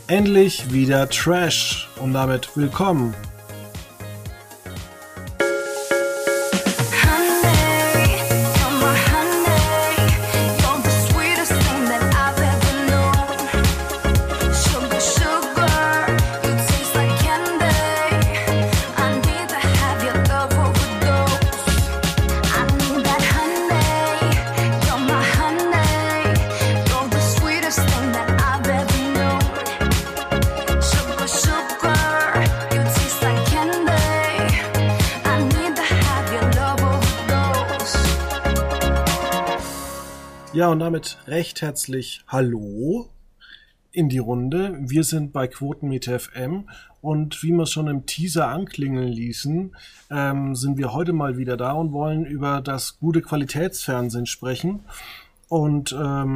Endlich wieder Trash und damit willkommen. Ja, und damit recht herzlich Hallo in die Runde. Wir sind bei Quotenmeter FM und wie wir es schon im Teaser anklingeln ließen, sind wir heute mal wieder da und wollen über das gute Qualitätsfernsehen sprechen. Und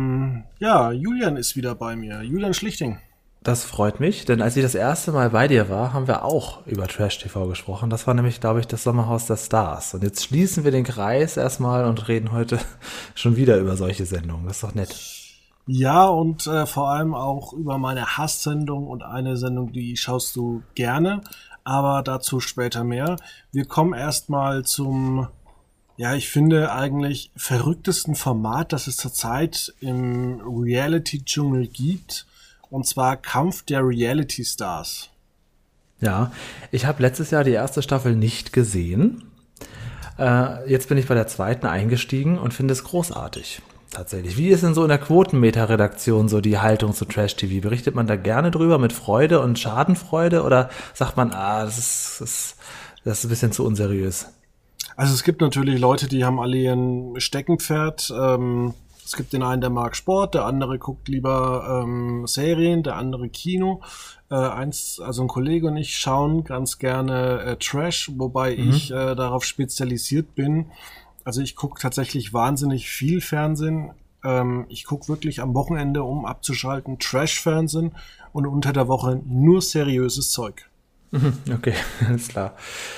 Julian ist wieder bei mir. Julian Schlichting. Das freut mich, denn als ich das erste Mal bei dir war, haben wir auch über Trash TV gesprochen. Das war nämlich, glaube ich, das Sommerhaus der Stars. Und jetzt schließen wir den Kreis erstmal und reden heute schon wieder über solche Sendungen. Das ist doch nett. Ja, und vor allem auch über meine Hasssendung und eine Sendung, die schaust du gerne, aber dazu später mehr. Wir kommen erstmal zum, ich finde eigentlich verrücktesten Format, das es zurzeit im Reality-Dschungel gibt. Und zwar Kampf der Reality Stars. Ja, ich habe letztes Jahr die erste Staffel nicht gesehen. Jetzt bin ich bei der zweiten eingestiegen und finde es großartig. Tatsächlich. Wie ist denn so in der Quotenmeter-Redaktion so die Haltung zu Trash-TV? Berichtet man da gerne drüber mit Freude und Schadenfreude oder sagt man, das ist ein bisschen zu unseriös? Also es gibt natürlich Leute, die haben alle ihren Steckenpferd. Es gibt den einen, der mag Sport, der andere guckt lieber Serien, der andere Kino. Also ein Kollege und ich schauen ganz gerne Trash, wobei ich darauf spezialisiert bin. Also ich gucke tatsächlich wahnsinnig viel Fernsehen. Ich gucke wirklich am Wochenende, um abzuschalten, Trash-Fernsehen und unter der Woche nur seriöses Zeug. Okay, alles klar.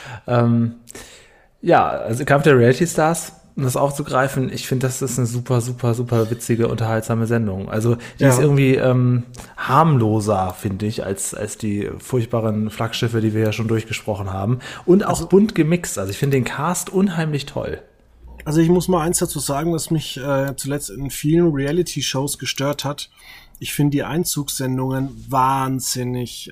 Also Kampf der Reality Stars, um das aufzugreifen, ich finde, das ist eine super, super, super witzige, unterhaltsame Sendung. Also die ist irgendwie harmloser, finde ich, als die furchtbaren Flaggschiffe, die wir ja schon durchgesprochen haben. Und auch bunt gemixt. Also ich finde den Cast unheimlich toll. Also ich muss mal eins dazu sagen, was mich zuletzt in vielen Reality-Shows gestört hat. Ich finde die Einzugssendungen wahnsinnig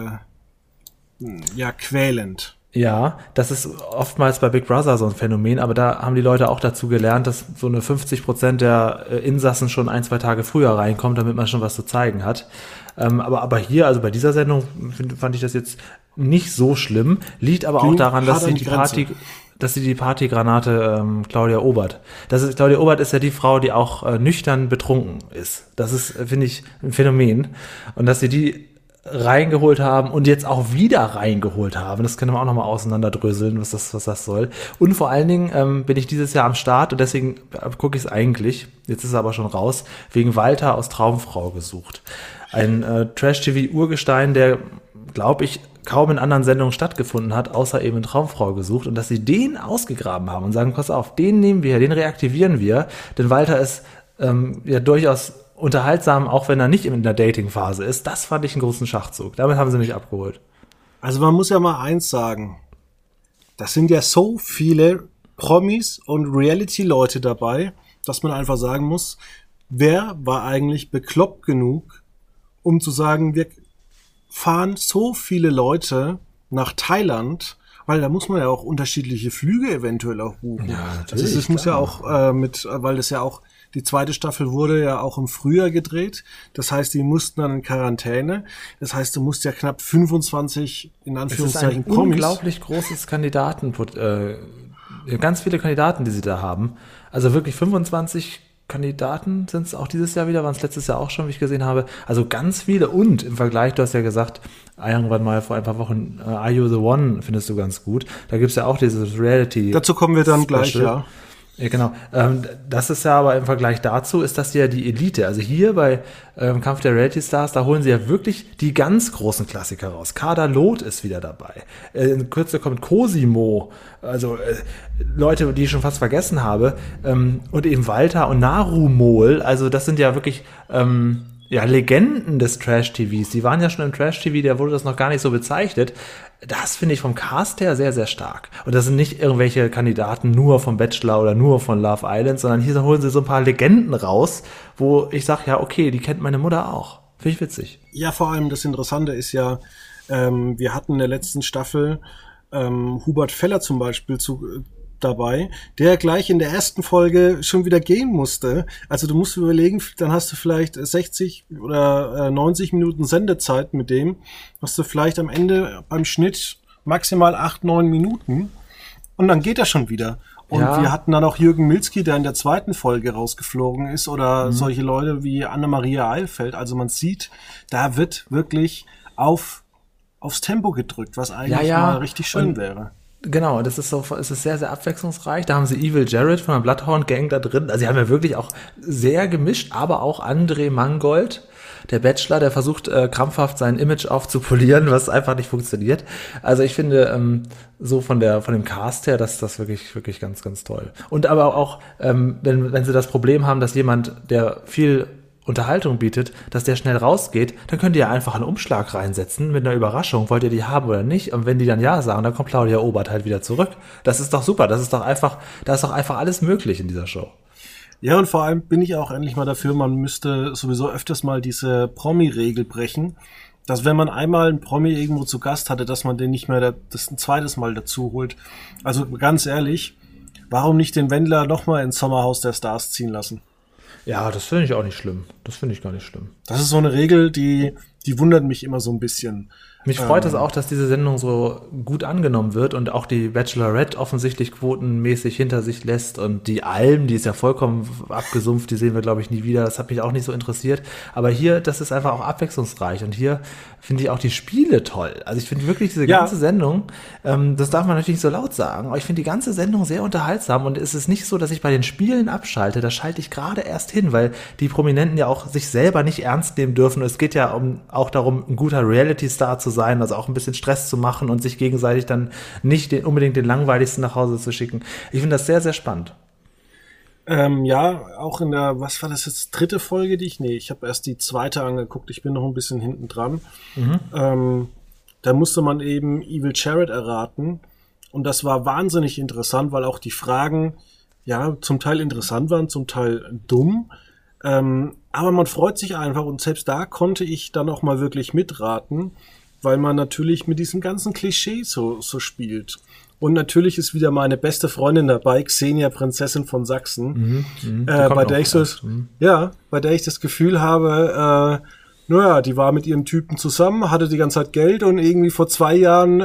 quälend. Ja, das ist oftmals bei Big Brother so ein Phänomen, aber da haben die Leute auch dazu gelernt, dass so eine 50% der Insassen schon 1-2 Tage früher reinkommt, damit man schon was zu zeigen hat. Aber hier, also bei dieser Sendung, fand ich das jetzt nicht so schlimm, liegt aber auch daran, dass sie die Partygranate Claudia Obert. Claudia Obert ist ja die Frau, die auch nüchtern betrunken ist. Das ist, finde ich, ein Phänomen. Und dass sie die reingeholt haben und jetzt auch wieder reingeholt haben. Das können wir auch nochmal auseinanderdröseln, was das soll. Und vor allen Dingen bin ich dieses Jahr am Start und deswegen gucke ich es eigentlich, jetzt ist es aber schon raus, wegen Walter aus Traumfrau gesucht. Ein Trash-TV-Urgestein, der, glaube ich, kaum in anderen Sendungen stattgefunden hat, außer eben in Traumfrau gesucht. Und dass sie den ausgegraben haben und sagen, pass auf, den nehmen wir, den reaktivieren wir, denn Walter ist durchaus unterhaltsam, auch wenn er nicht in der Dating-Phase ist. Das fand ich einen großen Schachzug. Damit haben sie mich abgeholt. Also man muss ja mal eins sagen. Das sind ja so viele Promis und Reality-Leute dabei, dass man einfach sagen muss, wer war eigentlich bekloppt genug, um zu sagen, wir fahren so viele Leute nach Thailand, weil da muss man ja auch unterschiedliche Flüge eventuell auch buchen. Ja, natürlich. Also das muss ja auch weil das ja auch die zweite Staffel wurde ja auch im Frühjahr gedreht. Das heißt, die mussten dann in Quarantäne. Das heißt, du musst ja knapp 25, in Anführungszeichen, Promis. Unglaublich großes ganz viele Kandidaten, die sie da haben. Also wirklich 25 Kandidaten sind es auch dieses Jahr wieder, waren es letztes Jahr auch schon, wie ich gesehen habe. Also ganz viele und im Vergleich, du hast ja gesagt, irgendwann mal vor ein paar Wochen, Are You the One findest du ganz gut. Da gibt's ja auch dieses Reality. Dazu kommen wir dann gleich, ja. Ja, genau. Das ist ja aber im Vergleich dazu, ist das ja die Elite. Also hier bei Kampf der Reality Stars, da holen sie ja wirklich die ganz großen Klassiker raus. Kader Loth ist wieder dabei. In Kürze kommt Cosimo. Also Leute, die ich schon fast vergessen habe. Und eben Walter und Narumol. Also das sind ja wirklich ja, Legenden des Trash-TVs. Die waren ja schon im Trash-TV, da wurde das noch gar nicht so bezeichnet. Das finde ich vom Cast her sehr, sehr stark. Und das sind nicht irgendwelche Kandidaten nur vom Bachelor oder nur von Love Island, sondern hier holen sie so ein paar Legenden raus, wo ich sage, ja, okay, die kennt meine Mutter auch. Finde ich witzig. Ja, vor allem das Interessante ist ja, wir hatten in der letzten Staffel Hubert Feller zum Beispiel dabei, der gleich in der ersten Folge schon wieder gehen musste. Also du musst überlegen, dann hast du vielleicht 60 oder 90 Minuten Sendezeit mit dem, hast du vielleicht am Ende beim Schnitt maximal 8-9 Minuten und dann geht er schon wieder. Und wir hatten dann auch Jürgen Milzki, der in der zweiten Folge rausgeflogen ist, oder solche Leute wie Anna-Maria Eilfeld. Also man sieht, da wird wirklich aufs Tempo gedrückt, was eigentlich mal richtig schön wäre. Genau, es ist sehr, sehr abwechslungsreich. Da haben sie Evil Jared von der Bloodhound Gang da drin. Also sie haben ja wirklich auch sehr gemischt, aber auch André Mangold, der Bachelor, der versucht krampfhaft sein Image aufzupolieren, was einfach nicht funktioniert. Also ich finde, so von dem Cast her, das ist das wirklich, wirklich ganz, ganz toll. Und aber auch, wenn sie das Problem haben, dass jemand, der viel Unterhaltung bietet, dass der schnell rausgeht, dann könnt ihr ja einfach einen Umschlag reinsetzen mit einer Überraschung. Wollt ihr die haben oder nicht? Und wenn die dann ja sagen, dann kommt Claudia Obert halt wieder zurück. Das ist doch super. Da ist doch einfach alles möglich in dieser Show. Ja, und vor allem bin ich auch endlich mal dafür, man müsste sowieso öfters mal diese Promi-Regel brechen, dass wenn man einmal einen Promi irgendwo zu Gast hatte, dass man den nicht mehr das ein zweites Mal dazu holt. Also ganz ehrlich, warum nicht den Wendler nochmal ins Sommerhaus der Stars ziehen lassen? Ja, das finde ich auch nicht schlimm. Das finde ich gar nicht schlimm. Das ist so eine Regel, die wundert mich immer so ein bisschen. Mich freut es auch, dass diese Sendung so gut angenommen wird und auch die Bachelorette offensichtlich quotenmäßig hinter sich lässt und die Alm, die ist ja vollkommen abgesumpft, die sehen wir, glaube ich, nie wieder. Das hat mich auch nicht so interessiert. Aber hier, das ist einfach auch abwechslungsreich und hier finde ich auch die Spiele toll. Also ich finde wirklich diese ganze Sendung, das darf man natürlich nicht so laut sagen, aber ich finde die ganze Sendung sehr unterhaltsam und es ist nicht so, dass ich bei den Spielen abschalte. Da schalte ich gerade erst hin, weil die Prominenten ja auch sich selber nicht ernst nehmen dürfen. Es geht ja auch darum, ein guter Reality-Star zu sein, also auch ein bisschen Stress zu machen und sich gegenseitig dann nicht unbedingt den langweiligsten nach Hause zu schicken. Ich finde das sehr, sehr spannend. Auch in der, was war das jetzt, dritte Folge, ich habe erst die zweite angeguckt, ich bin noch ein bisschen hinten dran. Da musste man eben Evil Jared erraten und das war wahnsinnig interessant, weil auch die Fragen, ja, zum Teil interessant waren, zum Teil dumm, aber man freut sich einfach und selbst da konnte ich dann auch mal wirklich mitraten, weil man natürlich mit diesem ganzen Klischee so spielt. Und natürlich ist wieder meine beste Freundin dabei, Xenia, Prinzessin von Sachsen, bei der ich das Gefühl habe, die war mit ihrem Typen zusammen, hatte die ganze Zeit Geld und irgendwie vor 2 Jahren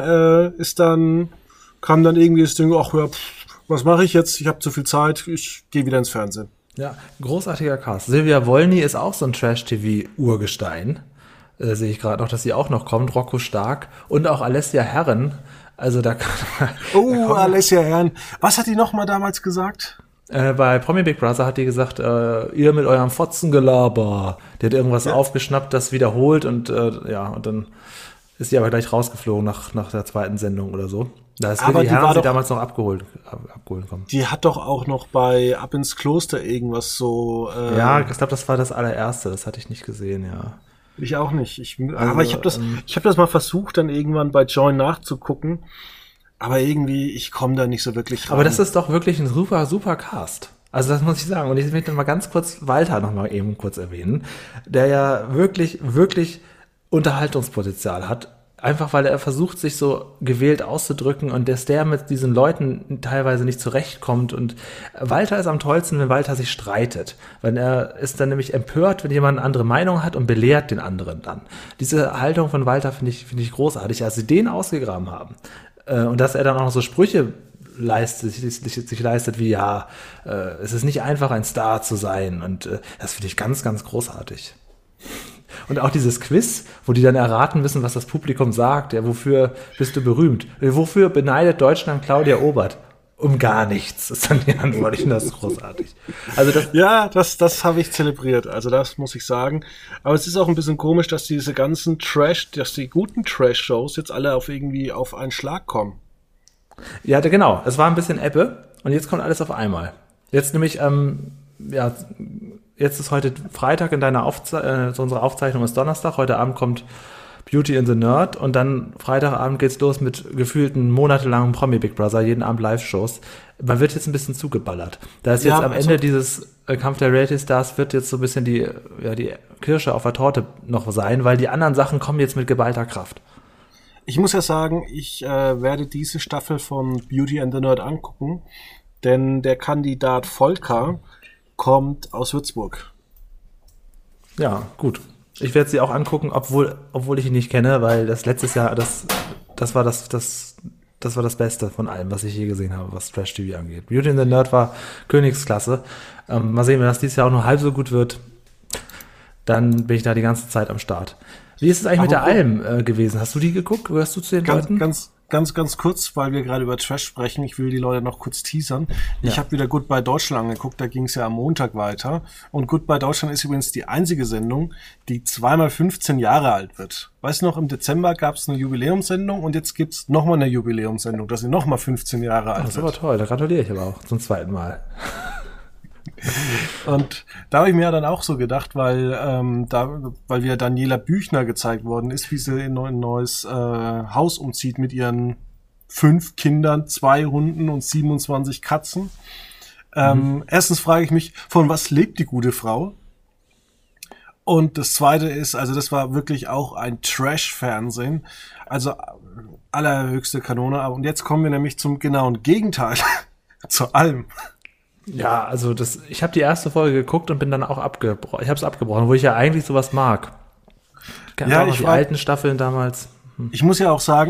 kam dann irgendwie das Ding, was mache ich jetzt? Ich habe zu viel Zeit, ich gehe wieder ins Fernsehen. Ja, großartiger Cast. Silvia Wolny ist auch so ein Trash-TV-Urgestein. Sehe ich gerade noch, dass sie auch noch kommt. Rocco Stark und auch Alessia Herren. Also da kann Alessia Herren. Was hat die noch mal damals gesagt? Bei Promi Big Brother hat die gesagt, ihr mit eurem Fotzengelaber. Die hat irgendwas aufgeschnappt, das wiederholt und und dann ist sie aber gleich rausgeflogen nach der zweiten Sendung oder so. Da ist Willi Herren sie damals noch abgeholt kommen. Die hat doch auch noch bei Ab ins Kloster irgendwas so... Ja, ich glaube, das war das allererste. Das hatte ich nicht gesehen, ja. Ich auch nicht. Aber ich habe das mal versucht, dann irgendwann bei Join nachzugucken. Aber irgendwie, ich komme da nicht so wirklich rein. Aber das ist doch wirklich ein super, super Cast. Also das muss ich sagen. Und ich möchte mal ganz kurz Walter noch mal eben kurz erwähnen, der ja wirklich, wirklich Unterhaltungspotenzial hat. Einfach weil er versucht, sich so gewählt auszudrücken und dass der mit diesen Leuten teilweise nicht zurechtkommt. Und Walter ist am tollsten, wenn Walter sich streitet. Weil er ist dann nämlich empört, wenn jemand eine andere Meinung hat und belehrt den anderen dann. Diese Haltung von Walter finde ich großartig, als sie den ausgegraben haben. Und dass er dann auch noch so Sprüche sich leistet wie, es ist nicht einfach, ein Star zu sein. Und das finde ich ganz, ganz großartig. Und auch dieses Quiz, wo die dann erraten müssen, was das Publikum sagt. Ja, wofür bist du berühmt? Wofür beneidet Deutschland Claudia Obert? Um gar nichts, ist dann die Antwort. Ich finde das großartig. Also das habe ich zelebriert. Also das muss ich sagen. Aber es ist auch ein bisschen komisch, dass die guten Trash-Shows jetzt alle auf einen Schlag kommen. Ja, genau. Es war ein bisschen Ebbe und jetzt kommt alles auf einmal. Jetzt nämlich, jetzt ist heute Freitag in deiner unsere Aufzeichnung ist Donnerstag, heute Abend kommt Beauty and the Nerd und dann Freitagabend geht's los mit gefühlten monatelangen Promi Big Brother, jeden Abend Live-Shows. Man wird jetzt ein bisschen zugeballert. Da ist jetzt am Ende dieses Kampf der Reality Stars wird jetzt so ein bisschen die Kirsche auf der Torte noch sein, weil die anderen Sachen kommen jetzt mit geballter Kraft. Ich muss ja sagen, ich werde diese Staffel von Beauty and the Nerd angucken, denn der Kandidat Volker kommt aus Würzburg. Ja, gut. Ich werde sie auch angucken, obwohl ich ihn nicht kenne, weil das letztes Jahr, das war das Beste von allem, was ich je gesehen habe, was Trash-TV angeht. Beauty and the Nerd war Königsklasse. Mal sehen, wenn das dieses Jahr auch nur halb so gut wird, dann bin ich da die ganze Zeit am Start. Wie ist es eigentlich mit der Alm gewesen? Hast du die geguckt? Gehörst du zu den Leuten? Ganz kurz, weil wir gerade über Trash sprechen. Ich will die Leute noch kurz teasern. Ja. Ich habe wieder Goodbye Deutschland angeguckt. Da ging es ja am Montag weiter. Und Goodbye Deutschland ist übrigens die einzige Sendung, die zweimal 15 Jahre alt wird. Weißt du noch, im Dezember gab es eine Jubiläumssendung und jetzt gibt's nochmal eine Jubiläumssendung, dass sie nochmal 15 Jahre alt wird. Das ist aber toll. Da gratuliere ich aber auch zum zweiten Mal. Und da habe ich mir ja dann auch so gedacht, weil wieder Daniela Büchner gezeigt worden ist, wie sie in ein neues Haus umzieht mit ihren 5 Kindern, 2 Hunden und 27 Katzen. Erstens frage ich mich, von was lebt die gute Frau? Und das Zweite ist, also das war wirklich auch ein Trash-Fernsehen, also allerhöchste Kanone. Und jetzt kommen wir nämlich zum genauen Gegenteil, zur Alm. Ja, also ich habe die erste Folge geguckt und bin dann auch ich habe es abgebrochen, wo ich ja eigentlich sowas mag. Ja, die alten Staffeln damals. Ich muss ja auch sagen,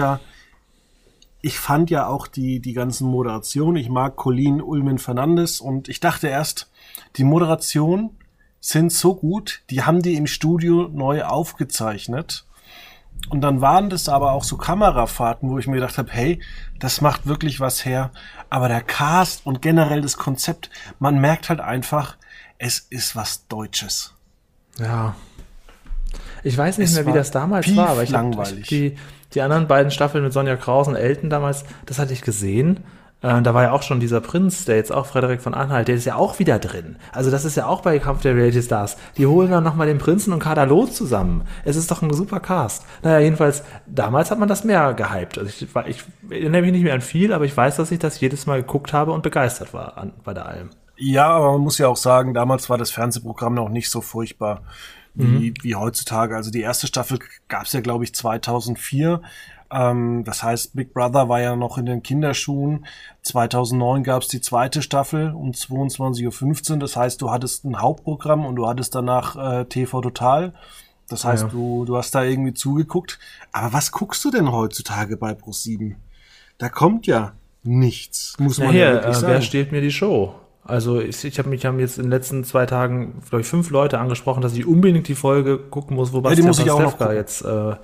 ich fand ja auch die ganzen Moderationen. Ich mag Colleen Ullmann-Fernandes und ich dachte erst, die Moderationen sind so gut, die haben die im Studio neu aufgezeichnet. Und dann waren das aber auch so Kamerafahrten, wo ich mir gedacht habe, hey, das macht wirklich was her. Aber der Cast und generell das Konzept, man merkt halt einfach, es ist was Deutsches. Ja. Ich weiß nicht mehr, wie das damals war, aber ich habe die anderen beiden Staffeln mit Sonja Kraus und Elton damals, das hatte ich gesehen. Da war ja auch schon dieser Prinz, der jetzt auch Frederik von Anhalt, der ist ja auch wieder drin. Also das ist ja auch bei Kampf der Reality Stars. Die holen dann nochmal den Prinzen und Kader Loth zusammen. Es ist doch ein super Cast. Naja, jedenfalls, damals hat man das mehr gehypt. Also ich erinnere mich nicht mehr an viel, aber ich weiß, dass ich das jedes Mal geguckt habe und begeistert war bei der Alm. Ja, aber man muss ja auch sagen, damals war das Fernsehprogramm noch nicht so furchtbar wie heutzutage. Also die erste Staffel gab's ja, glaube ich, 2004. Das heißt, Big Brother war ja noch in den Kinderschuhen. 2009 gab's die zweite Staffel um 22:15 Uhr. Das heißt, du hattest ein Hauptprogramm und du hattest danach TV Total. Das heißt, du hast da irgendwie zugeguckt. Aber was guckst du denn heutzutage bei ProSieben? Da kommt ja nichts, muss man ja wirklich sagen. Wer stiehlt mir die Show? Also ich habe mich jetzt in den letzten 2 Tagen, glaube ich, 5 Leute angesprochen, dass ich unbedingt die Folge gucken muss, wo Bastian Pastewka jetzt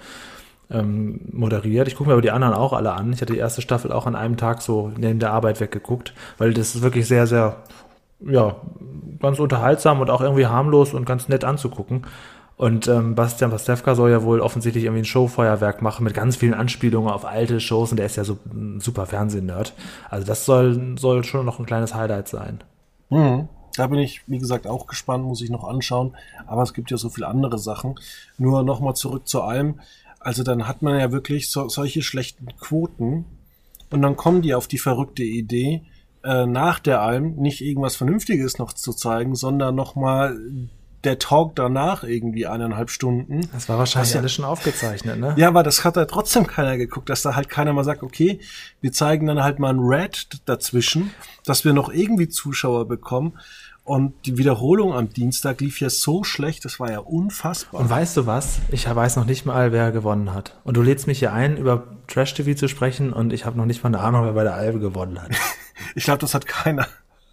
moderiert. Ich gucke mir aber die anderen auch alle an. Ich hatte die erste Staffel auch an einem Tag so neben der Arbeit weggeguckt, weil das ist wirklich sehr, sehr, ja, ganz unterhaltsam und auch irgendwie harmlos und ganz nett anzugucken. Und Bastian Pastewka soll ja wohl offensichtlich irgendwie ein Showfeuerwerk machen mit ganz vielen Anspielungen auf alte Shows und der ist ja so ein super Fernseh-Nerd. Also das soll schon noch ein kleines Highlight sein. Da bin ich, wie gesagt, auch gespannt, muss ich noch anschauen. Aber es gibt ja so viele andere Sachen. Nur nochmal zurück zur Alm. Also dann hat man ja wirklich solche schlechten Quoten und dann kommen die auf die verrückte Idee, nach der Alm nicht irgendwas Vernünftiges noch zu zeigen, sondern nochmal der Talk danach irgendwie 1,5 Stunden. Das war wahrscheinlich alles schon aufgezeichnet, ne? Ja, aber das hat da trotzdem keiner geguckt, dass da halt keiner mal sagt, okay, wir zeigen dann halt mal ein Red dazwischen, dass wir noch irgendwie Zuschauer bekommen. Und die Wiederholung am Dienstag lief ja so schlecht, das war ja unfassbar. Und weißt du was? Ich weiß noch nicht mal, wer gewonnen hat. Und du lädst mich hier ein, über Trash-TV zu sprechen und ich habe noch nicht mal eine Ahnung, wer bei der Alm gewonnen hat. Ich glaube, das hat keiner.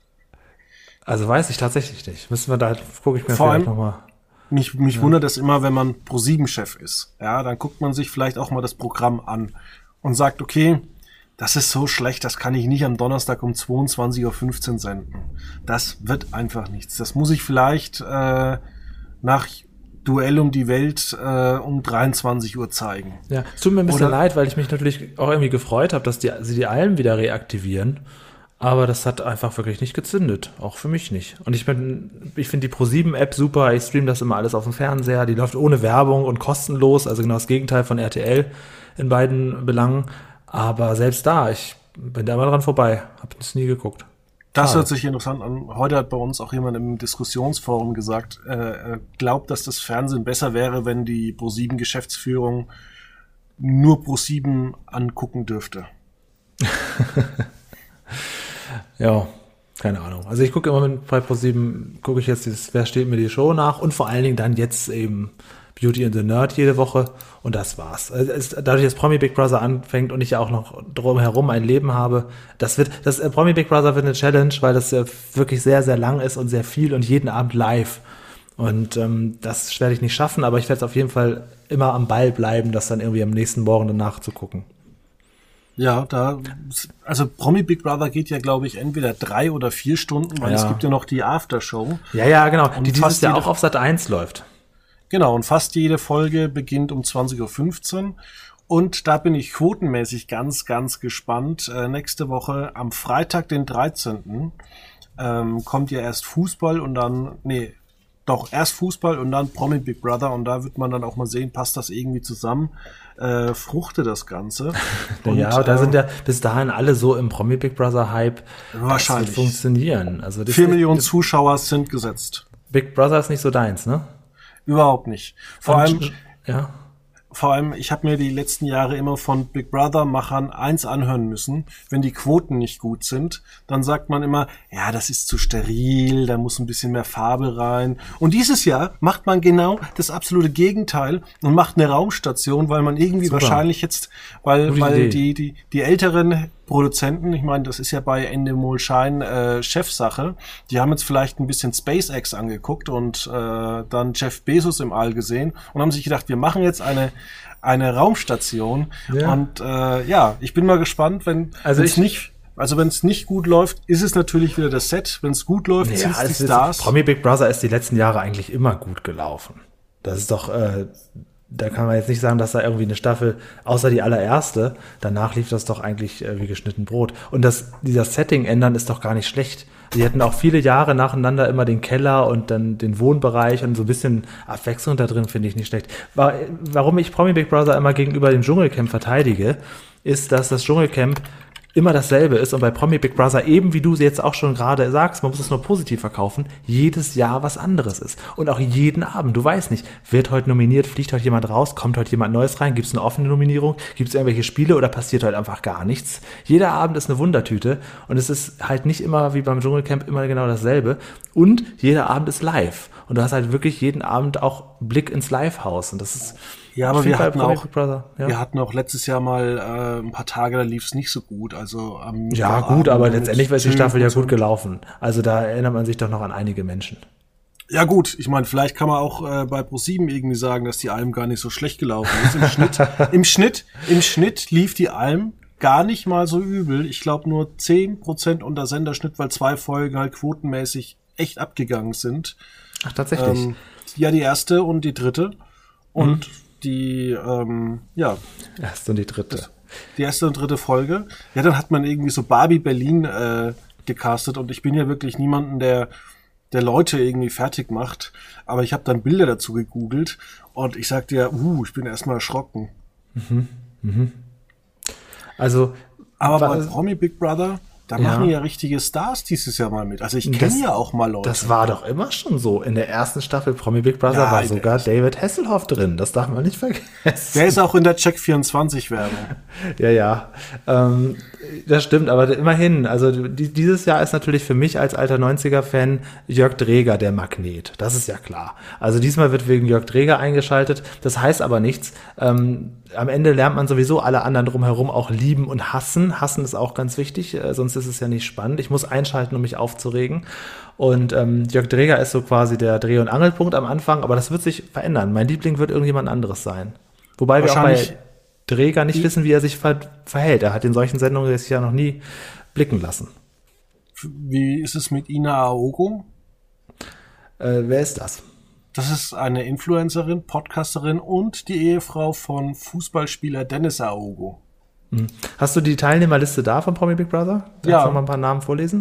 Also weiß ich tatsächlich nicht. Gucke ich mir vielleicht nochmal. Mich wundert es immer, wenn man ProSieben-Chef ist. Ja, dann guckt man sich vielleicht auch mal das Programm an und sagt, okay, das ist so schlecht, das kann ich nicht am Donnerstag um 22:15 Uhr senden. Das wird einfach nichts. Das muss ich vielleicht nach Duell um die Welt um 23 Uhr zeigen. Ja, es tut mir ein bisschen leid, weil ich mich natürlich auch irgendwie gefreut habe, dass sie die Alm wieder reaktivieren. Aber das hat einfach wirklich nicht gezündet. Auch für mich nicht. Und ich finde die Pro7-App super. Ich streame das immer alles auf dem Fernseher. Die läuft ohne Werbung und kostenlos. Also genau das Gegenteil von RTL in beiden Belangen. Aber selbst da, ich bin da immer dran vorbei. Hab das nie geguckt. Das hört sich interessant an. Heute hat bei uns auch jemand im Diskussionsforum gesagt, glaubt, dass das Fernsehen besser wäre, wenn die Pro7-Geschäftsführung nur Pro7 angucken dürfte. Ja, keine Ahnung. Also ich gucke immer bei Pro7, gucke ich jetzt dieses Wer steht mir die Show nach und vor allen Dingen dann jetzt eben Beauty and the Nerd jede Woche und das war's. Also dadurch, dass Promi Big Brother anfängt und ich ja auch noch drumherum ein Leben habe, das Promi Big Brother wird eine Challenge, weil das wirklich sehr, sehr lang ist und sehr viel und jeden Abend live. Und das werde ich nicht schaffen, aber ich werde es auf jeden Fall immer am Ball bleiben, das dann irgendwie am nächsten Morgen danach zu gucken. Ja, also Promi Big Brother geht ja, glaube ich, entweder 3 oder 4 Stunden, weil es gibt ja noch die Aftershow. Ja, genau, die dieses Jahr auch auf Sat.1 läuft. Genau, und fast jede Folge beginnt um 20.15 Uhr. Und da bin ich quotenmäßig ganz, ganz gespannt. Nächste Woche am Freitag, den 13. Kommt ja erst Fußball und dann, erst Fußball und dann Promi Big Brother. Und da wird man dann auch mal sehen, passt das irgendwie zusammen, fruchte das Ganze. Und, ja, da sind ja bis dahin alle so im Promi Big Brother Hype. Wahrscheinlich. Das wird funktionieren. Also 4 Millionen Zuschauer sind gesetzt. Big Brother ist nicht so deins, ne? Überhaupt nicht. Vor allem, ich habe mir die letzten Jahre immer von Big Brother-Machern eins anhören müssen. Wenn die Quoten nicht gut sind, dann sagt man immer, ja, das ist zu steril, da muss ein bisschen mehr Farbe rein. Und dieses Jahr macht man genau das absolute Gegenteil und macht eine Raumstation, weil man irgendwie wahrscheinlich jetzt, weil die älteren Produzenten, ich meine, das ist ja bei Endemol Shine Chefsache, die haben jetzt vielleicht ein bisschen SpaceX angeguckt und dann Jeff Bezos im All gesehen und haben sich gedacht, wir machen jetzt eine Raumstation. Ja. Und ich bin mal gespannt, wenn es nicht gut läuft, ist es natürlich wieder das Set. Wenn es gut läuft, sind es die Stars. Promi Big Brother ist die letzten Jahre eigentlich immer gut gelaufen. Das ist doch da kann man jetzt nicht sagen, dass da irgendwie eine Staffel, außer die allererste, danach lief das doch eigentlich wie geschnitten Brot. Und dieser Setting ändern ist doch gar nicht schlecht. Die hätten auch viele Jahre nacheinander immer den Keller und dann den Wohnbereich und so ein bisschen Abwechslung da drin finde ich nicht schlecht. Warum ich Promi Big Brother immer gegenüber dem Dschungelcamp verteidige, ist, dass das Dschungelcamp immer dasselbe ist und bei Promi Big Brother, eben wie du jetzt auch schon gerade sagst, man muss es nur positiv verkaufen, jedes Jahr was anderes ist. Und auch jeden Abend, du weißt nicht, wird heute nominiert, fliegt heute jemand raus, kommt heute jemand Neues rein, gibt es eine offene Nominierung, gibt es irgendwelche Spiele oder passiert heute einfach gar nichts. Jeder Abend ist eine Wundertüte und es ist halt nicht immer wie beim Dschungelcamp immer genau dasselbe und jeder Abend ist live und du hast halt wirklich jeden Abend auch Blick ins Livehaus und das ist... Ja, aber wir hatten auch letztes Jahr mal ein paar Tage, da lief es nicht so gut. Also aber letztendlich ist die Staffel ja gut gelaufen. Also da erinnert man sich doch noch an einige Menschen. Ja gut, ich meine, vielleicht kann man auch bei Pro7 irgendwie sagen, dass die Alm gar nicht so schlecht gelaufen ist. Im Schnitt lief die Alm gar nicht mal so übel. Ich glaube nur 10% unter Senderschnitt, weil 2 Folgen halt quotenmäßig echt abgegangen sind. Ach, tatsächlich? Die erste und die dritte. Und die erste und die dritte. Die erste und dritte Folge. Ja, dann hat man irgendwie so Barbie Berlin gecastet und ich bin ja wirklich niemanden, der Leute irgendwie fertig macht. Aber ich habe dann Bilder dazu gegoogelt und ich sag dir, ich bin erstmal erschrocken. Also, aber bei Promi Big Brother, da machen ja richtige Stars dieses Jahr mal mit. Also ich kenne ja auch mal Leute. Das war doch immer schon so. In der ersten Staffel Promi Big Brother war sogar David Hasselhoff drin. Das darf man nicht vergessen. Der ist auch in der Check24-Werbung. Ja. Das stimmt, aber immerhin. Also dieses Jahr ist natürlich für mich als alter 90er-Fan Jörg Dreger der Magnet. Das ist ja klar. Also diesmal wird wegen Jörg Dreger eingeschaltet. Das heißt aber nichts. Am Ende lernt man sowieso alle anderen drumherum auch lieben und hassen. Hassen ist auch ganz wichtig, sonst ist es ja nicht spannend. Ich muss einschalten, um mich aufzuregen. Und Jörg Dreger ist so quasi der Dreh- und Angelpunkt am Anfang, aber das wird sich verändern. Mein Liebling wird irgendjemand anderes sein. Wobei wir auch bei Dreger nicht wissen, wie er sich verhält. Er hat in solchen Sendungen sich ja noch nie blicken lassen. Wie ist es mit Ina Aogo? Wer ist das? Das ist eine Influencerin, Podcasterin und die Ehefrau von Fußballspieler Dennis Aogo. Hast du die Teilnehmerliste da von Promi Big Brother? Kannst du noch mal ein paar Namen vorlesen?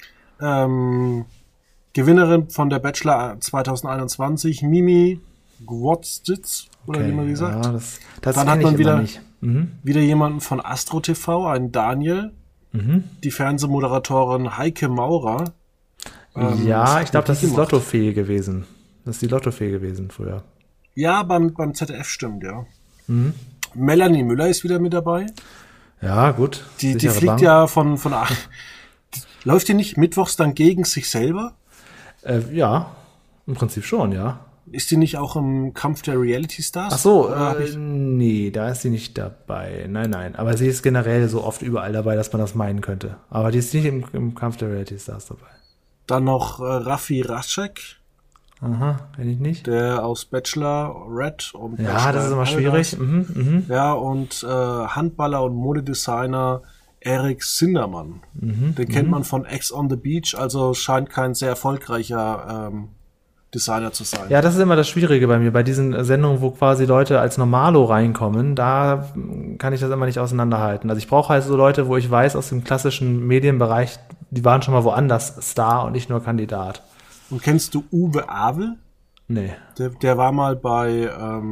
Gewinnerin von der Bachelor 2021, Mimi Gwotstitz, oder wie man die sagt. Ja, das dann hat man wieder jemanden von Astro TV, einen Daniel, die Fernsehmoderatorin Heike Maurer. Ich glaube, das ist Lottofee gewesen. Das ist die Lottofee gewesen früher. Ja, beim ZDF stimmt, ja. Melanie Müller ist wieder mit dabei. Ja, gut. Die fliegt ja von läuft die nicht mittwochs dann gegen sich selber? Ja, im Prinzip schon, ja. Ist die nicht auch im Kampf der Reality Stars? Ach so, nee, da ist sie nicht dabei. Nein. Aber sie ist generell so oft überall dabei, dass man das meinen könnte. Aber die ist nicht im Kampf der Reality Stars dabei. Dann noch Raffi Raschek. Aha, kenn ich nicht. Der aus Bachelor Red und ja, Bachelor das ist immer schwierig. Ja, und Handballer und Modedesigner Erik Sindermann. Den kennt man von Ex on the Beach, also scheint kein sehr erfolgreicher Designer zu sein. Ja, das ist immer das Schwierige bei mir. Bei diesen Sendungen, wo quasi Leute als Normalo reinkommen, da kann ich das immer nicht auseinanderhalten. Also ich brauche halt so Leute, wo ich weiß, aus dem klassischen Medienbereich, die waren schon mal woanders Star und nicht nur Kandidat. Und kennst du Uwe Avel? Nee. Der war mal bei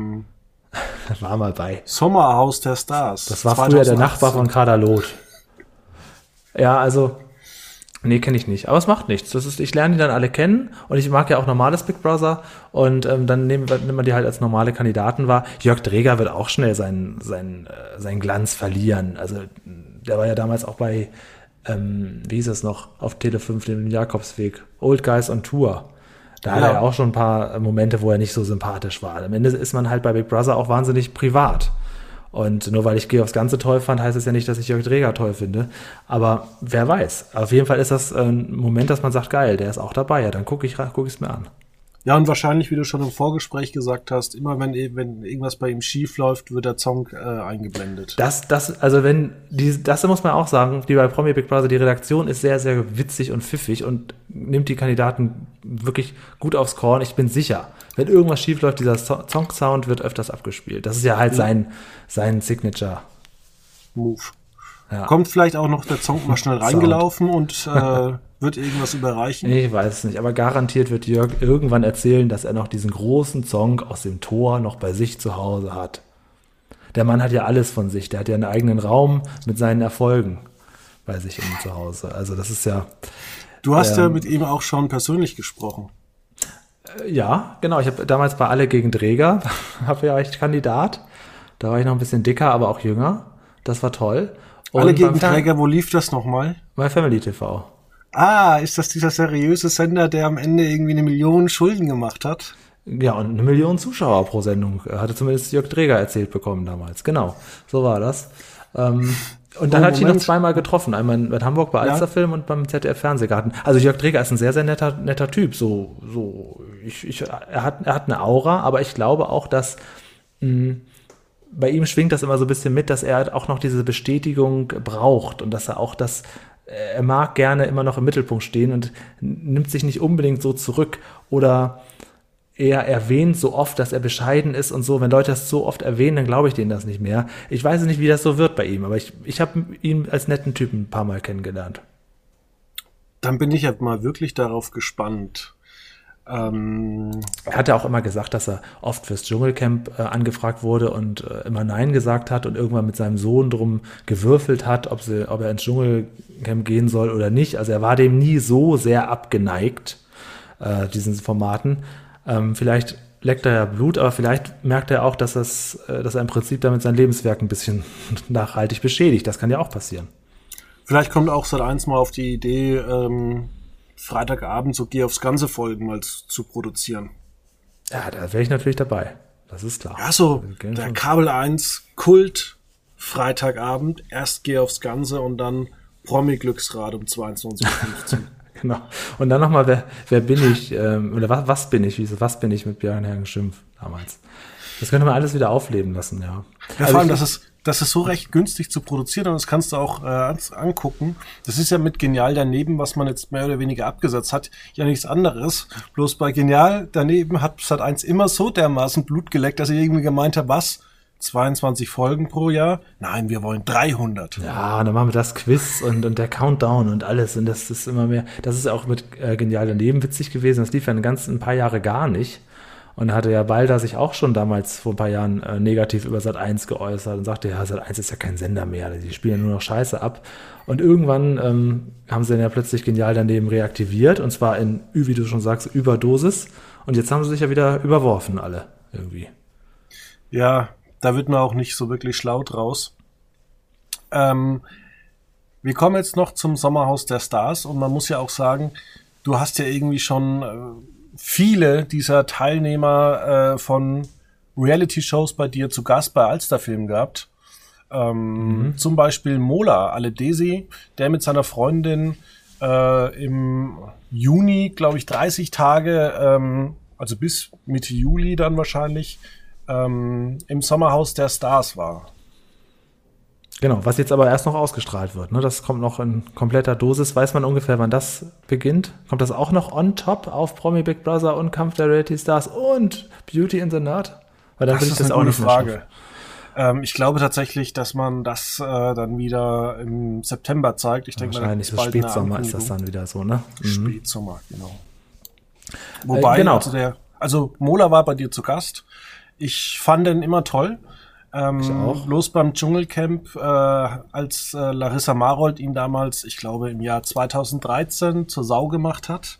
Sommerhaus der Stars. Das war früher der Nachbar von Kader Loth. Ja, also nee, kenne ich nicht. Aber es macht nichts. Ich lerne die dann alle kennen und ich mag ja auch normales Big Brother und dann nimmt man die halt als normale Kandidaten wahr. Jörg Dreger wird auch schnell seinen Glanz verlieren. Also der war ja damals auch bei wie hieß es noch, auf Tele 5, dem Jakobsweg, Old Guys on Tour. Da hat er ja auch schon ein paar Momente, wo er nicht so sympathisch war. Am Ende ist man halt bei Big Brother auch wahnsinnig privat. Und nur weil ich Geh aufs Ganze toll fand, heißt es ja nicht, dass ich Jörg Dreger toll finde. Aber wer weiß. Auf jeden Fall ist das ein Moment, dass man sagt, geil, der ist auch dabei. Ja, dann guck ich's mir an. Ja, und wahrscheinlich, wie du schon im Vorgespräch gesagt hast, immer wenn irgendwas bei ihm schief läuft, wird der Song eingeblendet. Das muss man auch sagen, wie bei Promi Big Brother, die Redaktion ist sehr, sehr witzig und pfiffig und nimmt die Kandidaten wirklich gut aufs Korn. Ich bin sicher, wenn irgendwas schief läuft, dieser Song-Sound wird öfters abgespielt. Das ist ja halt sein Signature-Move. Ja. Kommt vielleicht auch noch der Song mal schnell reingelaufen und wird irgendwas überreichen? Ich weiß es nicht, aber garantiert wird Jörg irgendwann erzählen, dass er noch diesen großen Song aus dem Tor noch bei sich zu Hause hat. Der Mann hat ja alles von sich, der hat ja einen eigenen Raum mit seinen Erfolgen bei sich zu Hause. Also das ist ja... Du hast ja mit ihm auch schon persönlich gesprochen. Ja, genau. Ich habe damals bei Alle gegen Dreger, war ich Kandidat. Da war ich noch ein bisschen dicker, aber auch jünger. Das war toll. Und Alle gegen Träger, wo lief das nochmal? Bei Family TV. Ah, ist das dieser seriöse Sender, der am Ende irgendwie 1 Million Schulden gemacht hat? Ja, und 1 Million Zuschauer pro Sendung. Hatte zumindest Jörg Dreger erzählt bekommen damals. Genau, so war das. Und dann hatte ich ihn noch zweimal getroffen. Einmal in Hamburg bei Alsterfilm und beim ZDF Fernsehgarten. Also Jörg Dreger ist ein sehr, sehr netter Typ. Er hat eine Aura, aber ich glaube auch, dass bei ihm schwingt das immer so ein bisschen mit, dass er auch noch diese Bestätigung braucht und dass er auch er mag gerne immer noch im Mittelpunkt stehen und nimmt sich nicht unbedingt so zurück oder er erwähnt so oft, dass er bescheiden ist und so. Wenn Leute das so oft erwähnen, dann glaube ich denen das nicht mehr. Ich weiß nicht, wie das so wird bei ihm, aber ich habe ihn als netten Typen ein paar Mal kennengelernt. Dann bin ich ja mal wirklich darauf gespannt. Er hat ja auch immer gesagt, dass er oft fürs Dschungelcamp angefragt wurde und immer Nein gesagt hat und irgendwann mit seinem Sohn drum gewürfelt hat, ob er ins Dschungelcamp gehen soll oder nicht. Also er war dem nie so sehr abgeneigt, diesen Formaten. Vielleicht leckt er ja Blut, aber vielleicht merkt er auch, dass er im Prinzip damit sein Lebenswerk ein bisschen nachhaltig beschädigt. Das kann ja auch passieren. Vielleicht kommt auch Sat.1 mal auf die Idee, Freitagabend so Geh aufs Ganze Folgen mal zu produzieren. Ja, da wäre ich natürlich dabei. Das ist klar. Ja, so der Kabel 1 Kult Freitagabend, erst Geh aufs Ganze und dann Promi-Glücksrad um 22:15 Uhr. Genau. Und dann nochmal, wer bin ich? Oder was bin ich? Was bin ich mit Björn Hergen Schimpf damals? Das könnte man alles wieder aufleben lassen, ja. Ja, vor allem, das ist so recht günstig zu produzieren und das kannst du auch angucken. Das ist ja mit Genial daneben, was man jetzt mehr oder weniger abgesetzt hat, ja nichts anderes. Bloß bei Genial daneben hat Sat.1 immer so dermaßen Blut geleckt, dass ich irgendwie gemeint habe, was? 22 Folgen pro Jahr. Nein, wir wollen 300. Ja, und dann machen wir das Quiz und der Countdown und alles. Und das ist immer mehr. Das ist auch mit Genial daneben witzig gewesen. Das lief ja ein paar Jahre gar nicht. Und da hatte ja Balder sich auch schon damals vor ein paar Jahren negativ über Sat.1 geäußert und sagte, ja, Sat.1 ist ja kein Sender mehr, die spielen ja nur noch Scheiße ab. Und irgendwann haben sie dann ja plötzlich Genial daneben reaktiviert, und zwar in, wie du schon sagst, Überdosis. Und jetzt haben sie sich ja wieder überworfen, alle irgendwie. Ja, da wird man auch nicht so wirklich schlau draus. Wir kommen jetzt noch zum Sommerhaus der Stars, und man muss ja auch sagen, du hast ja irgendwie schon viele dieser Teilnehmer von Reality-Shows bei dir zu Gast bei Alsterfilm gehabt. Zum Beispiel Mola Aledesi, der mit seiner Freundin im Juni, glaube ich, 30 Tage, also bis Mitte Juli dann wahrscheinlich, im Sommerhaus der Stars war. Genau, was jetzt aber erst noch ausgestrahlt wird. Ne? Das kommt noch in kompletter Dosis. Weiß man ungefähr, wann das beginnt? Kommt das auch noch on top auf Promi Big Brother und Kampf der Reality Stars und Beauty in the Nerd? Weil dann das ist eine gute Frage. Ich glaube tatsächlich, dass man das dann wieder im September zeigt. Ich denke, wahrscheinlich so Spätsommer ist das dann wieder so, ne? Spätsommer, genau. Wobei, genau. Also Mola war bei dir zu Gast. Ich fand den immer toll. Bloß beim Dschungelcamp, als Larissa Marold ihn damals, ich glaube im Jahr 2013 zur Sau gemacht hat,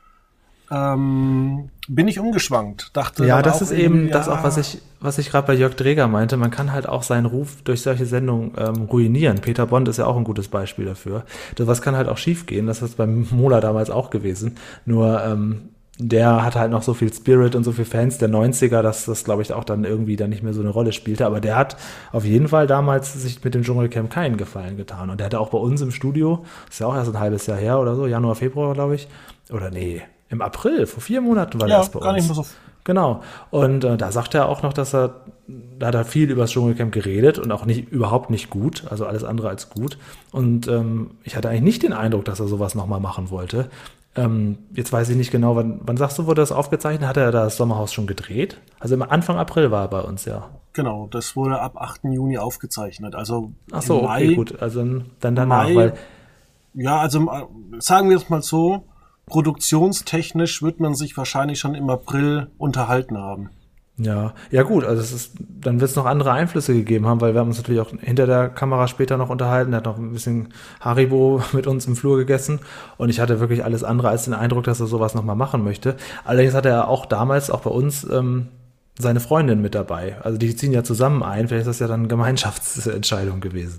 bin ich umgeschwankt. Dachte, ja, das ist eben das auch, was ich gerade bei Jörg Dreger meinte. Man kann halt auch seinen Ruf durch solche Sendungen ruinieren. Peter Bond ist ja auch ein gutes Beispiel dafür. Was kann halt auch schief gehen. Das ist beim Mola damals auch gewesen. Nur der hat halt noch so viel Spirit und so viel Fans der 90er, dass das, glaube ich, auch dann irgendwie dann nicht mehr so eine Rolle spielte. Aber der hat auf jeden Fall damals sich mit dem Dschungelcamp keinen Gefallen getan. Und der hatte auch bei uns im Studio, ist ja auch erst ein halbes Jahr her oder so, Januar, Februar, glaube ich. Oder nee, im April, vor 4 Monaten war das bei uns. Ja, gar nicht mehr so. Genau. Und da sagt er auch noch, da hat er viel über das Dschungelcamp geredet und auch überhaupt nicht gut, also alles andere als gut. Und ich hatte eigentlich nicht den Eindruck, dass er sowas nochmal machen wollte. Jetzt weiß ich nicht genau, wann sagst du, wurde das aufgezeichnet? Hat er das Sommerhaus schon gedreht? Also Anfang April war er bei uns, ja. Genau, das wurde ab 8. Juni aufgezeichnet. Also ach so, okay, Mai, gut. Also dann danach, Mai, ja, also sagen wir es mal so, produktionstechnisch wird man sich wahrscheinlich schon im April unterhalten haben. Ja, gut, also dann wird es noch andere Einflüsse gegeben haben, weil wir haben uns natürlich auch hinter der Kamera später noch unterhalten, er hat noch ein bisschen Haribo mit uns im Flur gegessen und ich hatte wirklich alles andere als den Eindruck, dass er sowas nochmal machen möchte. Allerdings hatte er auch damals, auch bei uns, seine Freundin mit dabei. Also die ziehen ja zusammen ein, vielleicht ist das ja dann eine Gemeinschaftsentscheidung gewesen.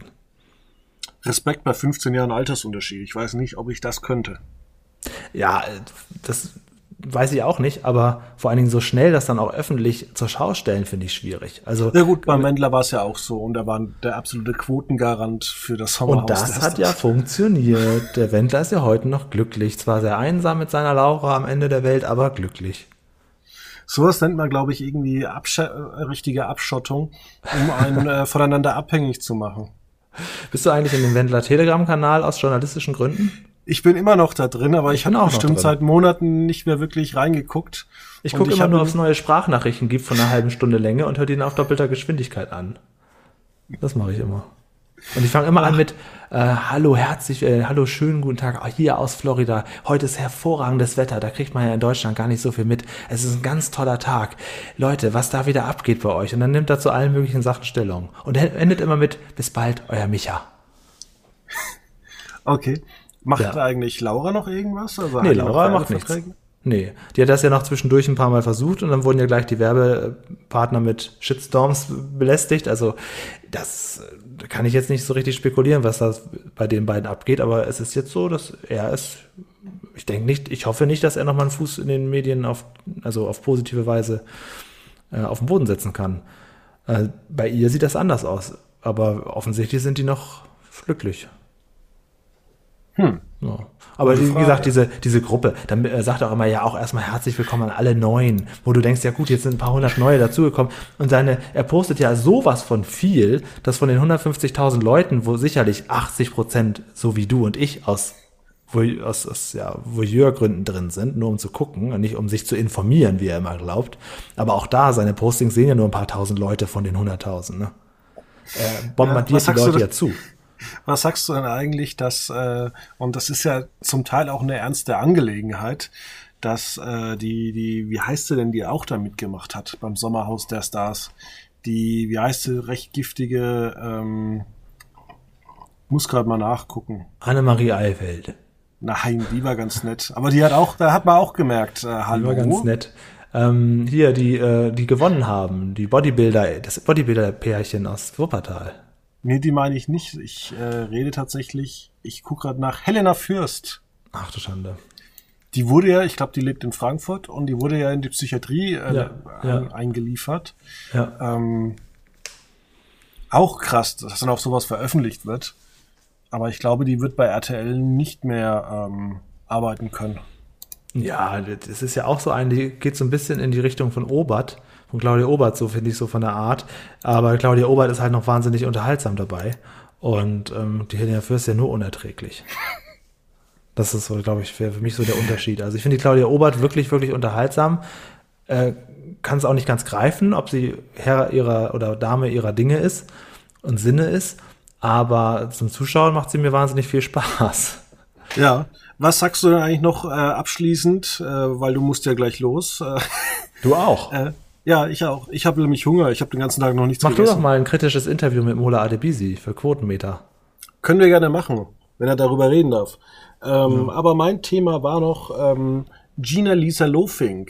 Respekt bei 15 Jahren Altersunterschied. Ich weiß nicht, ob ich das könnte. Ja, das weiß ich auch nicht, aber vor allen Dingen so schnell das dann auch öffentlich zur Schau stellen, finde ich schwierig. Also ja gut, bei Mendler war es ja auch so und er war der absolute Quotengarant für das Sommerhaus. Und das hat ja funktioniert. Der Wendler ist ja heute noch glücklich. Zwar sehr einsam mit seiner Laura am Ende der Welt, aber glücklich. Sowas nennt man, glaube ich, irgendwie richtige Abschottung, um einen voneinander abhängig zu machen. Bist du eigentlich in dem Wendler Telegram-Kanal aus journalistischen Gründen? Ich bin immer noch da drin, aber ich habe bestimmt seit Monaten nicht mehr wirklich reingeguckt. Ich gucke immer nur, ob es neue Sprachnachrichten gibt von einer halben Stunde Länge und höre die dann auf doppelter Geschwindigkeit an. Das mache ich immer. Und ich fange immer an mit hallo, hallo, schönen guten Tag, hier aus Florida. Heute ist hervorragendes Wetter, da kriegt man ja in Deutschland gar nicht so viel mit. Es ist ein ganz toller Tag. Leute, was da wieder abgeht bei euch? Und dann nimmt er zu allen möglichen Sachen Stellung. Und er endet immer mit, bis bald, euer Micha. Okay. Macht eigentlich Laura noch irgendwas? Also nee, Laura macht nichts. Nee, die hat das ja noch zwischendurch ein paar Mal versucht und dann wurden ja gleich die Werbepartner mit Shitstorms belästigt. Also das kann ich jetzt nicht so richtig spekulieren, was da bei den beiden abgeht, aber es ist jetzt so, dass ich hoffe nicht, dass er nochmal einen Fuß in den Medien auf positive Weise auf den Boden setzen kann. Bei ihr sieht das anders aus, aber offensichtlich sind die noch glücklich. Ja. Aber wie gesagt, diese Gruppe, dann sagt er auch immer, ja, auch erstmal herzlich willkommen an alle Neuen, wo du denkst, ja gut, jetzt sind ein paar hundert Neue dazugekommen und er postet ja sowas von viel, dass von den 150.000 Leuten, wo sicherlich 80% so wie du und ich aus Voyeurgründen drin sind, nur um zu gucken und nicht um sich zu informieren, wie er immer glaubt. Aber auch da, seine Postings sehen ja nur ein paar tausend Leute von den 100.000. Ne? Er bombardiert die Leute ja zu. Was sagst du denn eigentlich, dass, und das ist ja zum Teil auch eine ernste Angelegenheit, dass wie heißt sie denn, die auch da mitgemacht hat beim Sommerhaus der Stars? Wie heißt sie, recht giftige, muss gerade mal nachgucken. Annemarie Eifeld. Nein, die war ganz nett. Aber da hat man auch gemerkt, hallo. Die war ganz nett. Hier, die gewonnen haben, das Bodybuilder-Pärchen aus Wuppertal. Nee, die meine ich nicht. Ich rede tatsächlich, ich gucke gerade nach Helena Fürst. Ach du Schande. Die wurde ja, ich glaube, die lebt in Frankfurt und die wurde ja in die Psychiatrie eingeliefert. Ja. Auch krass, dass dann auch sowas veröffentlicht wird. Aber ich glaube, die wird bei RTL nicht mehr arbeiten können. Ja, das ist ja auch so die geht so ein bisschen in die Richtung von Claudia Obert, so finde ich, so von der Art. Aber Claudia Obert ist halt noch wahnsinnig unterhaltsam dabei. Und die Helena Fürst ist ja nur unerträglich. Das ist so, glaube ich, für mich so der Unterschied. Also ich finde die Claudia Obert wirklich, wirklich unterhaltsam. Kann es auch nicht ganz greifen, ob sie Herr ihrer oder Dame ihrer Dinge ist und Sinne ist. Aber zum Zuschauen macht sie mir wahnsinnig viel Spaß. Ja, was sagst du denn eigentlich noch abschließend, weil du musst ja gleich los. Du auch? Ja, ich auch. Ich habe nämlich Hunger. Ich habe den ganzen Tag noch nichts gegessen. Mach du doch mal ein kritisches Interview mit Mola Adebisi für Quotenmeter. Können wir gerne machen, wenn er darüber reden darf. Aber mein Thema war noch Gina-Lisa Lofink.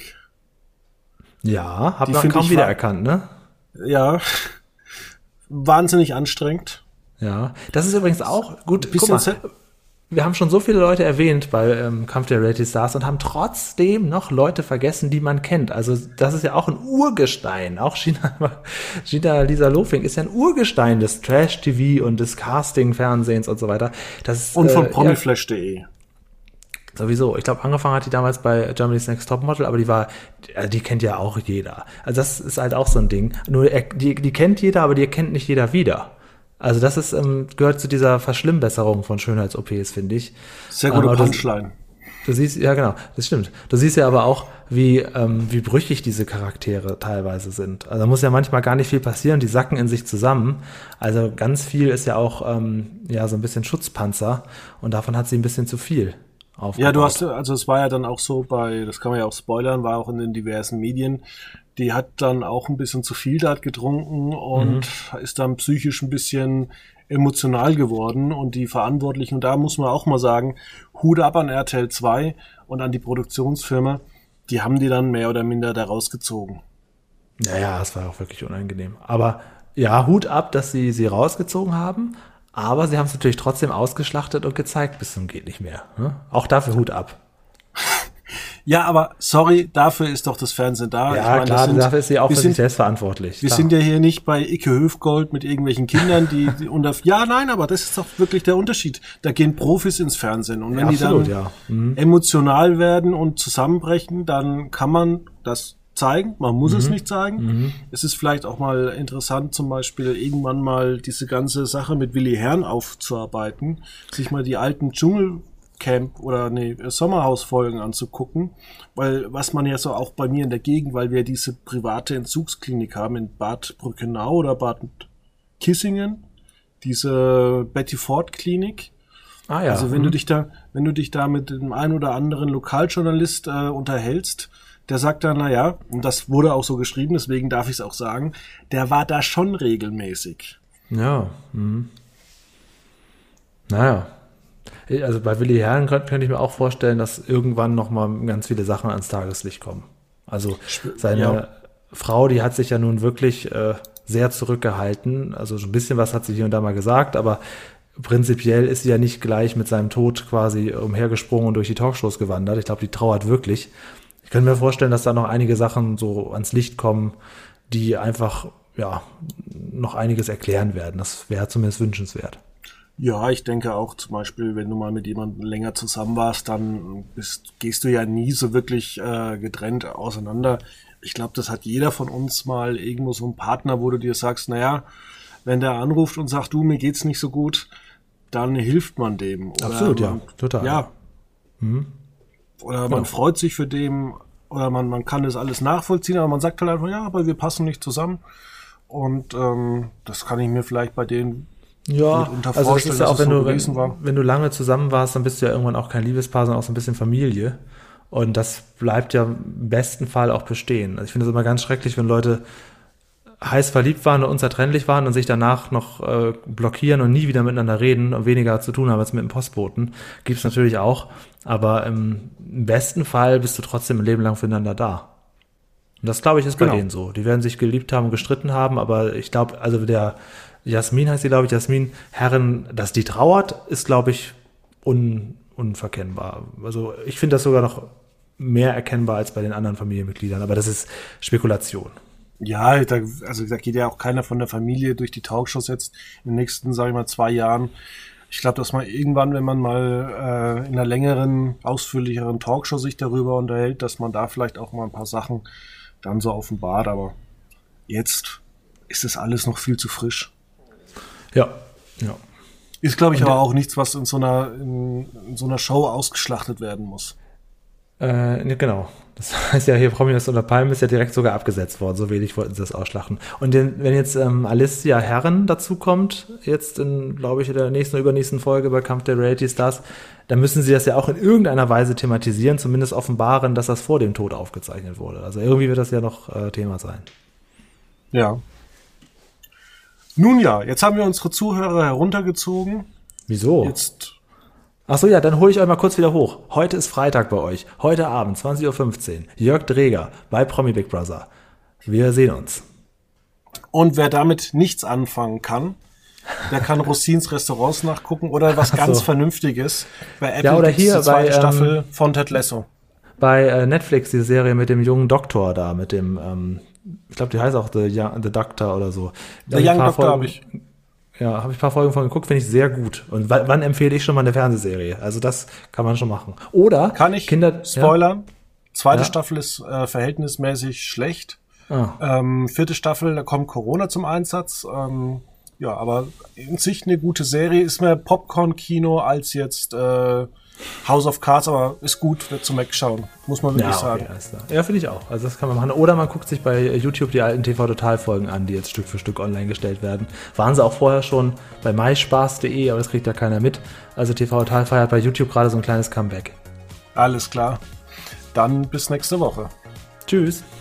Ja, hab ich kaum wiedererkannt, ne? Ja, wahnsinnig anstrengend. Ja, das ist übrigens auch gut. Guck mal, wir haben schon so viele Leute erwähnt bei Kampf der Reality Stars und haben trotzdem noch Leute vergessen, die man kennt. Also das ist ja auch ein Urgestein. Auch Gina-Lisa Lofink ist ja ein Urgestein des Trash-TV und des Casting-Fernsehens und so weiter. Und von promiflash.de. Sowieso. Ich glaube, angefangen hat die damals bei Germany's Next Topmodel, aber die kennt ja auch jeder. Also das ist halt auch so ein Ding. Nur die kennt jeder, aber die kennt nicht jeder wieder. Also das ist gehört zu dieser Verschlimmbesserung von Schönheits-OPs, finde ich. Sehr gute Punchline. Du siehst, ja genau, das stimmt. Du siehst ja aber auch, wie brüchig diese Charaktere teilweise sind. Also da muss ja manchmal gar nicht viel passieren, die sacken in sich zusammen. Also ganz viel ist ja auch so ein bisschen Schutzpanzer und davon hat sie ein bisschen zu viel aufgebaut. Ja, es war ja dann auch so das kann man ja auch spoilern, war auch in den diversen Medien, die hat dann auch ein bisschen zu viel da getrunken und ist dann psychisch ein bisschen emotional geworden und die Verantwortlichen, und da muss man auch mal sagen, Hut ab an RTL 2 und an die Produktionsfirma, die haben die dann mehr oder minder da rausgezogen. Ja, es war auch wirklich unangenehm. Aber ja, Hut ab, dass sie rausgezogen haben, aber sie haben es natürlich trotzdem ausgeschlachtet und gezeigt bis zum geht nicht mehr. Ne? Auch dafür Hut ab. Ja, aber sorry, dafür ist doch das Fernsehen da. Ja, ich meine, klar, dafür ist sie auch für sich selbst verantwortlich. Wir sind ja hier nicht bei Icke Höfgold mit irgendwelchen Kindern, die aber das ist doch wirklich der Unterschied. Da gehen Profis ins Fernsehen und wenn die dann emotional werden und zusammenbrechen, dann kann man das zeigen. Man muss es nicht zeigen. Es ist vielleicht auch mal interessant, zum Beispiel irgendwann mal diese ganze Sache mit Willi Herrn aufzuarbeiten, sich mal die alten Dschungelcamp oder Sommerhausfolgen anzugucken, weil was man ja so auch bei mir in der Gegend, weil wir diese private Entzugsklinik haben in Bad Brückenau oder Bad Kissingen, diese Betty Ford Klinik. Ah ja. Also wenn du dich da mit dem einen oder anderen Lokaljournalist unterhältst, der sagt dann, naja, und das wurde auch so geschrieben, deswegen darf ich es auch sagen, der war da schon regelmäßig. Ja. Naja. Also bei Willi Herrn könnte ich mir auch vorstellen, dass irgendwann nochmal ganz viele Sachen ans Tageslicht kommen. Also seine Frau, die hat sich ja nun wirklich sehr zurückgehalten. Also so ein bisschen was hat sie hier und da mal gesagt, aber prinzipiell ist sie ja nicht gleich mit seinem Tod quasi umhergesprungen und durch die Talkshows gewandert. Ich glaube, die trauert wirklich. Ich könnte mir vorstellen, dass da noch einige Sachen so ans Licht kommen, die einfach noch einiges erklären werden. Das wäre zumindest wünschenswert. Ja, ich denke auch zum Beispiel, wenn du mal mit jemandem länger zusammen warst, dann gehst du ja nie so wirklich getrennt auseinander. Ich glaube, das hat jeder von uns mal irgendwo so einen Partner, wo du dir sagst, naja, wenn der anruft und sagt, du, mir geht's nicht so gut, dann hilft man dem. Absolut, ja, total. Ja, Oder man freut sich für den, oder man kann das alles nachvollziehen, aber man sagt halt einfach, ja, aber wir passen nicht zusammen. Und das kann ich mir vielleicht bei denen mitunter vorstellen, also das ist ja auch, wenn du lange zusammen warst, dann bist du ja irgendwann auch kein Liebespaar, sondern auch so ein bisschen Familie. Und das bleibt ja im besten Fall auch bestehen. Also ich finde es immer ganz schrecklich, wenn Leute heiß verliebt waren und unzertrennlich waren und sich danach noch blockieren und nie wieder miteinander reden und weniger zu tun haben als mit dem Postboten. Gibt's natürlich auch. Aber im besten Fall bist du trotzdem ein Leben lang füreinander da. Und das, glaube ich, ist bei denen so. Die werden sich geliebt haben und gestritten haben, aber ich glaube, also der Jasmin heißt sie, glaube ich, Jasmin Herren, dass die trauert, ist, glaube ich, unverkennbar. Also ich finde das sogar noch mehr erkennbar als bei den anderen Familienmitgliedern, aber das ist Spekulation. Ja, da geht ja auch keiner von der Familie durch die Talkshows jetzt in den nächsten, sage ich mal, 2 Jahren. Ich glaube, dass man irgendwann, wenn man mal in einer längeren, ausführlicheren Talkshow sich darüber unterhält, dass man da vielleicht auch mal ein paar Sachen dann so offenbart, aber jetzt ist das alles noch viel zu frisch. Ja. Ist, glaube ich, aber auch nichts, was in so einer Show ausgeschlachtet werden muss. Genau. Das heißt ja, hier Promis unter Palmen ist ja direkt sogar abgesetzt worden. So wenig wollten sie das ausschlachten. Und wenn jetzt Alicia Herren dazu kommt, jetzt in, glaube ich, in der nächsten oder übernächsten Folge bei Kampf der Reality Stars, dann müssen sie das ja auch in irgendeiner Weise thematisieren, zumindest offenbaren, dass das vor dem Tod aufgezeichnet wurde. Also irgendwie wird das ja noch Thema sein. Ja. Nun ja, jetzt haben wir unsere Zuhörer heruntergezogen. Wieso? Ach so, ja, dann hole ich euch mal kurz wieder hoch. Heute ist Freitag bei euch. Heute Abend, 20.15 Uhr. Jörg Dreger bei Promi Big Brother. Wir sehen uns. Und wer damit nichts anfangen kann, der kann Rossins Restaurants nachgucken oder was ganz Vernünftiges. Bei Apple oder hier die zweite Staffel von Ted Lasso. Bei Netflix, die Serie mit dem jungen Doktor da, mit dem, ich glaube, die heißt auch The Doctor oder so. The Young Doctor habe ich. Ja, habe ich ein paar Folgen von geguckt, finde ich sehr gut. Und wann empfehle ich schon mal eine Fernsehserie? Also das kann man schon machen. Oder kann ich spoilern? Ja? Zweite Staffel ist verhältnismäßig schlecht. 4. Staffel, da kommt Corona zum Einsatz. Aber in sich eine gute Serie. Ist mehr Popcorn-Kino als jetzt House of Cards, aber ist gut, wird zum Wegschauen, muss man wirklich sagen. Ja, finde ich auch. Also das kann man machen. Oder man guckt sich bei YouTube die alten TV-Total-Folgen an, die jetzt Stück für Stück online gestellt werden. Waren sie auch vorher schon bei myspaß.de, aber das kriegt ja keiner mit. Also TV-Total feiert bei YouTube gerade so ein kleines Comeback. Alles klar. Dann bis nächste Woche. Tschüss.